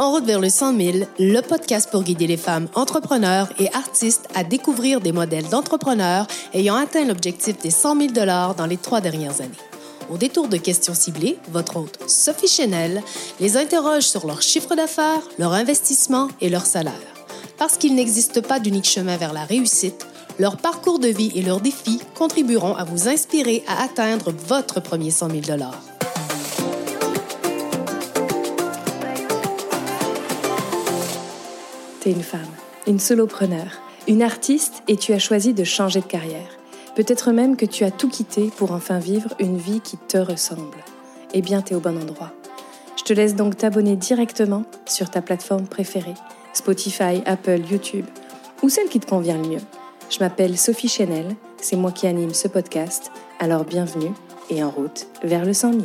En route vers le 100 000, le podcast pour guider les femmes entrepreneurs et artistes à découvrir des modèles d'entrepreneurs ayant atteint l'objectif des 100 000 $ dans les 3 dernières années. Au détour de questions ciblées, votre hôte Sophie Chenel les interroge sur leur chiffre d'affaires, leur investissement et leur salaire. Parce qu'il n'existe pas d'unique chemin vers la réussite, leur parcours de vie et leurs défis contribueront à vous inspirer à atteindre votre premier 100 000 $. T'es une femme, une solopreneur, une artiste et tu as choisi de changer de carrière. Peut-être même que tu as tout quitté pour enfin vivre une vie qui te ressemble. Eh bien, t'es au bon endroit. Je te laisse donc t'abonner directement sur ta plateforme préférée, Spotify, Apple, YouTube, ou celle qui te convient le mieux. Je m'appelle Sophie Chenel, c'est moi qui anime ce podcast, alors bienvenue et en route vers le 100 000.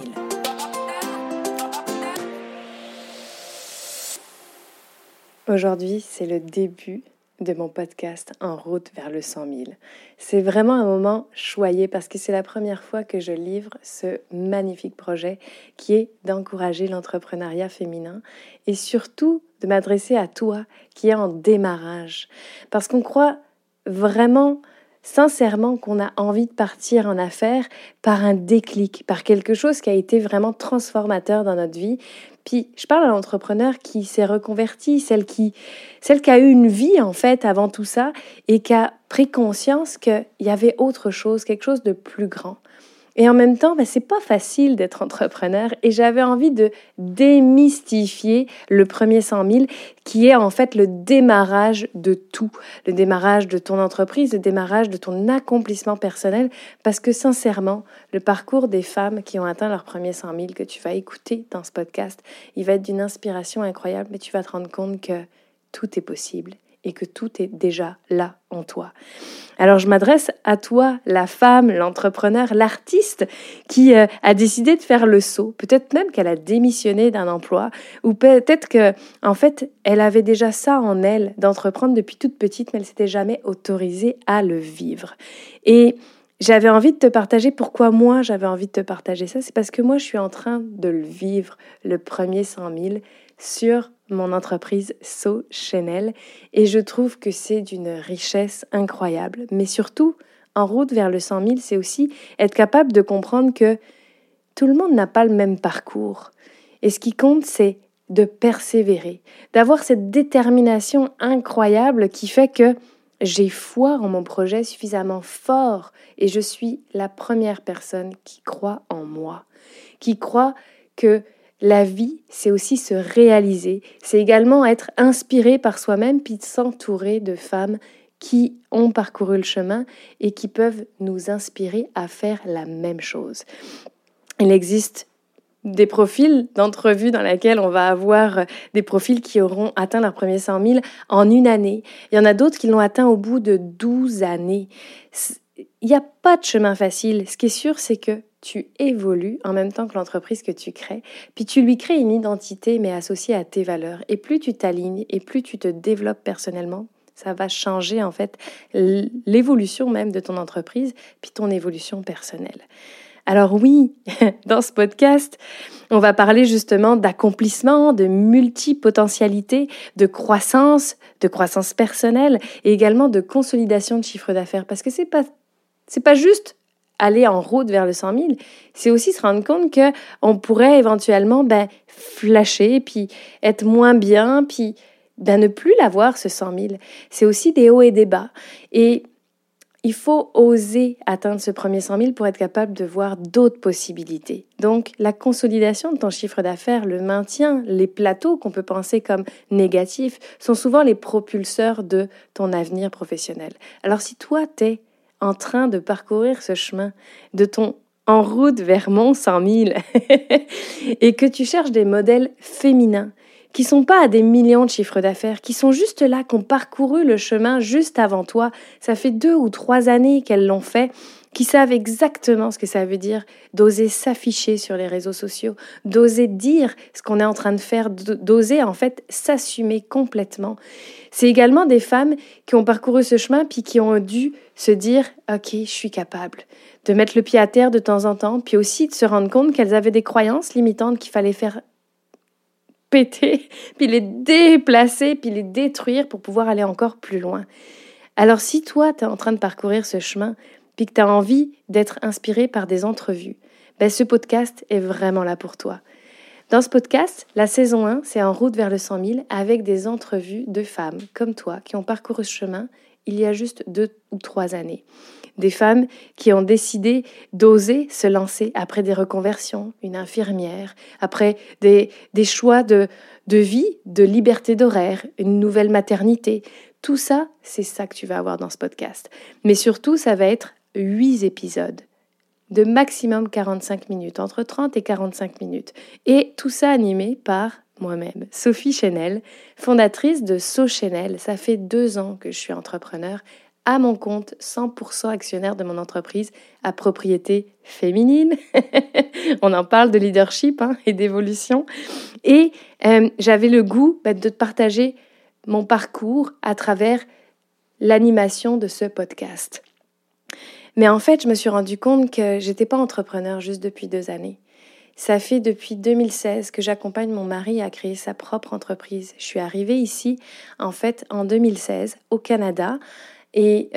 Aujourd'hui, c'est le début de mon podcast En route vers le 100 000. C'est vraiment un moment choyé parce que c'est la première fois que je livre ce magnifique projet qui est d'encourager l'entrepreneuriat féminin et surtout de m'adresser à toi qui est en démarrage. Parce qu'on croit vraiment, sincèrement, qu'on a envie de partir en affaires par un déclic, par quelque chose qui a été vraiment transformateur dans notre vie. Puis, je parle à l'entrepreneur qui s'est reconvertie, celle qui a eu une vie, en fait, avant tout ça, et qui a pris conscience qu'il y avait autre chose, quelque chose de plus grand. Et en même temps, c'est pas facile d'être entrepreneur, et j'avais envie de démystifier le premier 100 000, qui est en fait le démarrage de tout, le démarrage de ton entreprise, le démarrage de ton accomplissement personnel, parce que sincèrement, le parcours des femmes qui ont atteint leur premier 100 000 que tu vas écouter dans ce podcast, il va être d'une inspiration incroyable, mais tu vas te rendre compte que tout est possible et que tout est déjà là en toi. Alors, je m'adresse à toi, la femme, l'entrepreneur, l'artiste qui a décidé de faire le saut. Peut-être même qu'elle a démissionné d'un emploi ou peut-être que, en fait, elle avait déjà ça en elle d'entreprendre depuis toute petite, mais elle s'était jamais autorisée à le vivre. Et j'avais envie de te partager pourquoi moi j'avais envie de te partager ça. C'est parce que moi, je suis en train de le vivre, le premier 100 000 sur mon entreprise So Chenel et je trouve que c'est d'une richesse incroyable. Mais surtout, en route vers le 100 000, c'est aussi être capable de comprendre que tout le monde n'a pas le même parcours. Et ce qui compte, c'est de persévérer, d'avoir cette détermination incroyable qui fait que j'ai foi en mon projet suffisamment fort et je suis la première personne qui croit en moi, qui croit que la vie, c'est aussi se réaliser. C'est également être inspiré par soi-même puis s'entourer de femmes qui ont parcouru le chemin et qui peuvent nous inspirer à faire la même chose. Il existe des profils d'entrevues dans lesquels on va avoir des profils qui auront atteint leur premier 100 000 en une année. Il y en a d'autres qui l'ont atteint au bout de 12 années. Il n'y a pas de chemin facile. Ce qui est sûr, c'est que tu évolues en même temps que l'entreprise que tu crées, puis tu lui crées une identité, mais associée à tes valeurs. Et plus tu t'alignes et plus tu te développes personnellement, ça va changer en fait l'évolution même de ton entreprise, puis ton évolution personnelle. Alors oui, dans ce podcast, on va parler justement d'accomplissement, de multipotentialité, de croissance personnelle et également de consolidation de chiffre d'affaires. Parce que c'est pas juste aller en route vers le 100 000, c'est aussi se rendre compte qu'on pourrait éventuellement flasher, puis être moins bien, puis ne plus l'avoir ce 100 000. C'est aussi des hauts et des bas. Et il faut oser atteindre ce premier 100 000 pour être capable de voir d'autres possibilités. Donc, la consolidation de ton chiffre d'affaires, le maintien, les plateaux qu'on peut penser comme négatifs, sont souvent les propulseurs de ton avenir professionnel. Alors, si toi, t'es en train de parcourir ce chemin de ton en route vers mon 100 000 et que tu cherches des modèles féminins qui sont pas à des millions de chiffres d'affaires, qui sont juste là, qui ont parcouru le chemin juste avant toi. Ça fait 2 ou 3 années qu'elles l'ont fait, qui savent exactement ce que ça veut dire d'oser s'afficher sur les réseaux sociaux, d'oser dire ce qu'on est en train de faire, d'oser en fait s'assumer complètement. C'est également des femmes qui ont parcouru ce chemin puis qui ont dû se dire « Ok, je suis capable », de mettre le pied à terre de temps en temps, puis aussi de se rendre compte qu'elles avaient des croyances limitantes qu'il fallait faire péter, puis les déplacer, puis les détruire pour pouvoir aller encore plus loin. Alors si toi, tu es en train de parcourir ce chemin, puis que tu as envie d'être inspiré par des entrevues, ce podcast est vraiment là pour toi. Dans ce podcast, la saison 1, c'est En route vers le 100 000 avec des entrevues de femmes comme toi qui ont parcouru ce chemin il y a juste 2 ou 3 années. Des femmes qui ont décidé d'oser se lancer après des reconversions, une infirmière, après des choix de vie, de liberté d'horaire, une nouvelle maternité. Tout ça, c'est ça que tu vas avoir dans ce podcast. Mais surtout, ça va être 8 épisodes de maximum 45 minutes, entre 30 et 45 minutes. Et tout ça animé par moi-même, Sophie Chenel, fondatrice de SoChenel. Ça fait 2 ans que je suis entrepreneur à mon compte, 100% actionnaire de mon entreprise à propriété féminine. On en parle de leadership et d'évolution. Et j'avais le goût de te partager mon parcours à travers l'animation de ce podcast. Mais en fait, je me suis rendu compte que j'étais pas entrepreneur juste depuis 2 années. Ça fait depuis 2016 que j'accompagne mon mari à créer sa propre entreprise. Je suis arrivée ici, en fait, en 2016, au Canada. Et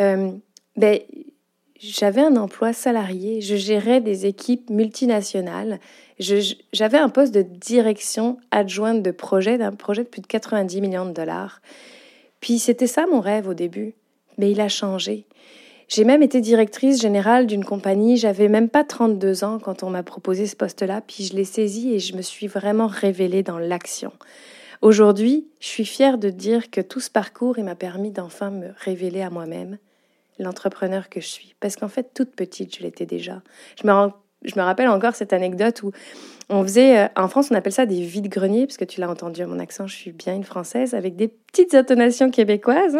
j'avais un emploi salarié, je gérais des équipes multinationales, j'avais un poste de direction adjointe de projet, d'un projet de plus de 90 millions de dollars. Puis c'était ça mon rêve au début, mais il a changé. J'ai même été directrice générale d'une compagnie, j'avais même pas 32 ans quand on m'a proposé ce poste-là, puis je l'ai saisi et je me suis vraiment révélée dans l'action. Aujourd'hui, je suis fière de dire que tout ce parcours, il m'a permis d'enfin me révéler à moi-même l'entrepreneur que je suis. Parce qu'en fait, toute petite, je l'étais déjà. Je me rappelle encore cette anecdote où on faisait, en France, on appelle ça des vide-greniers, parce que tu l'as entendu à mon accent, je suis bien une Française, avec des petites intonations québécoises.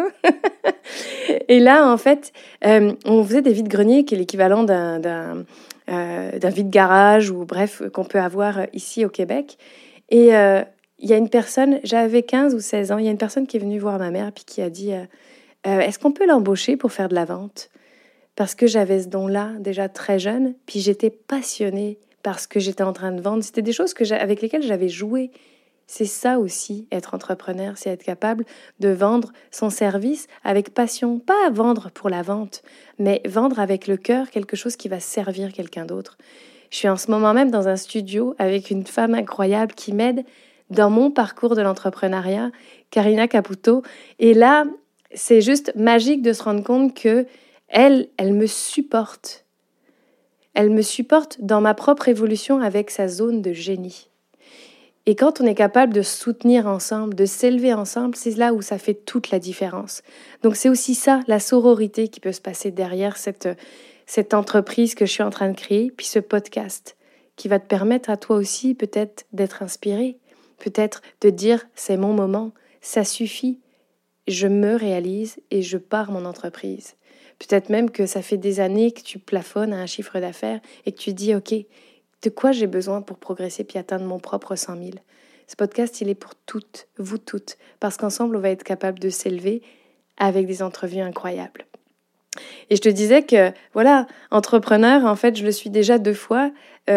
Et là, en fait, on faisait des vide-greniers, qui est l'équivalent d'un vide-garage, ou bref, qu'on peut avoir ici au Québec. Et il y a une personne, j'avais 15 ou 16 ans, il y a une personne qui est venue voir ma mère puis qui a dit est-ce qu'on peut l'embaucher pour faire de la vente? Parce que j'avais ce don-là déjà très jeune, puis j'étais passionnée par ce que j'étais en train de vendre. C'était des choses avec lesquelles j'avais joué. C'est ça aussi, être entrepreneur, c'est être capable de vendre son service avec passion. Pas vendre pour la vente, mais vendre avec le cœur quelque chose qui va servir quelqu'un d'autre. Je suis en ce moment même dans un studio avec une femme incroyable qui m'aide dans mon parcours de l'entrepreneuriat, Karina Caputo. Et là, c'est juste magique de se rendre compte que elle me supporte. Elle me supporte dans ma propre évolution avec sa zone de génie. Et quand on est capable de se soutenir ensemble, de s'élever ensemble, c'est là où ça fait toute la différence. Donc c'est aussi ça, la sororité qui peut se passer derrière cette entreprise que je suis en train de créer, puis ce podcast qui va te permettre à toi aussi peut-être d'être inspiré, peut-être de dire c'est mon moment, ça suffit, je me réalise et je pars mon entreprise. Peut-être même que ça fait des années que tu plafonnes à un chiffre d'affaires et que tu dis ok, de quoi j'ai besoin pour progresser puis atteindre mon propre 100 000. Ce podcast, il est pour toutes, vous toutes, parce qu'ensemble, on va être capable de s'élever avec des entrevues incroyables. Et je te disais que, voilà, entrepreneur, en fait, je le suis déjà 2 fois,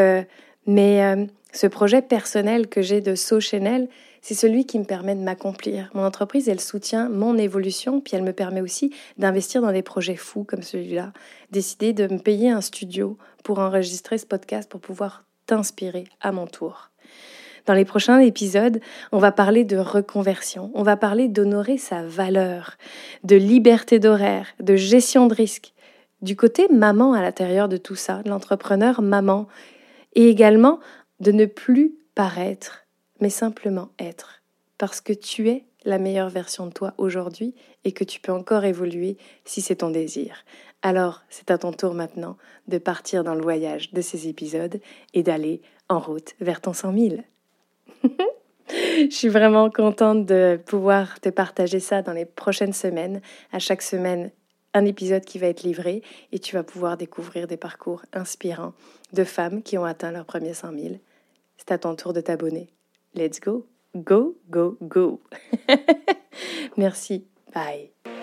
mais ce projet personnel que j'ai de SoChenel, c'est celui qui me permet de m'accomplir. Mon entreprise, elle soutient mon évolution, puis elle me permet aussi d'investir dans des projets fous comme celui-là, décider de me payer un studio pour enregistrer ce podcast pour pouvoir t'inspirer à mon tour. Dans les prochains épisodes, on va parler de reconversion, on va parler d'honorer sa valeur, de liberté d'horaire, de gestion de risque, du côté maman à l'intérieur de tout ça, de l'entrepreneur maman, et également de ne plus paraître, mais simplement être, parce que tu es la meilleure version de toi aujourd'hui et que tu peux encore évoluer si c'est ton désir. Alors, c'est à ton tour maintenant de partir dans le voyage de ces épisodes et d'aller en route vers ton 100 000. Je suis vraiment contente de pouvoir te partager ça dans les prochaines semaines. À chaque semaine, un épisode qui va être livré et tu vas pouvoir découvrir des parcours inspirants de femmes qui ont atteint leur premier 100 000. C'est à ton tour de t'abonner. Let's go! Go, go, go! Merci. Bye!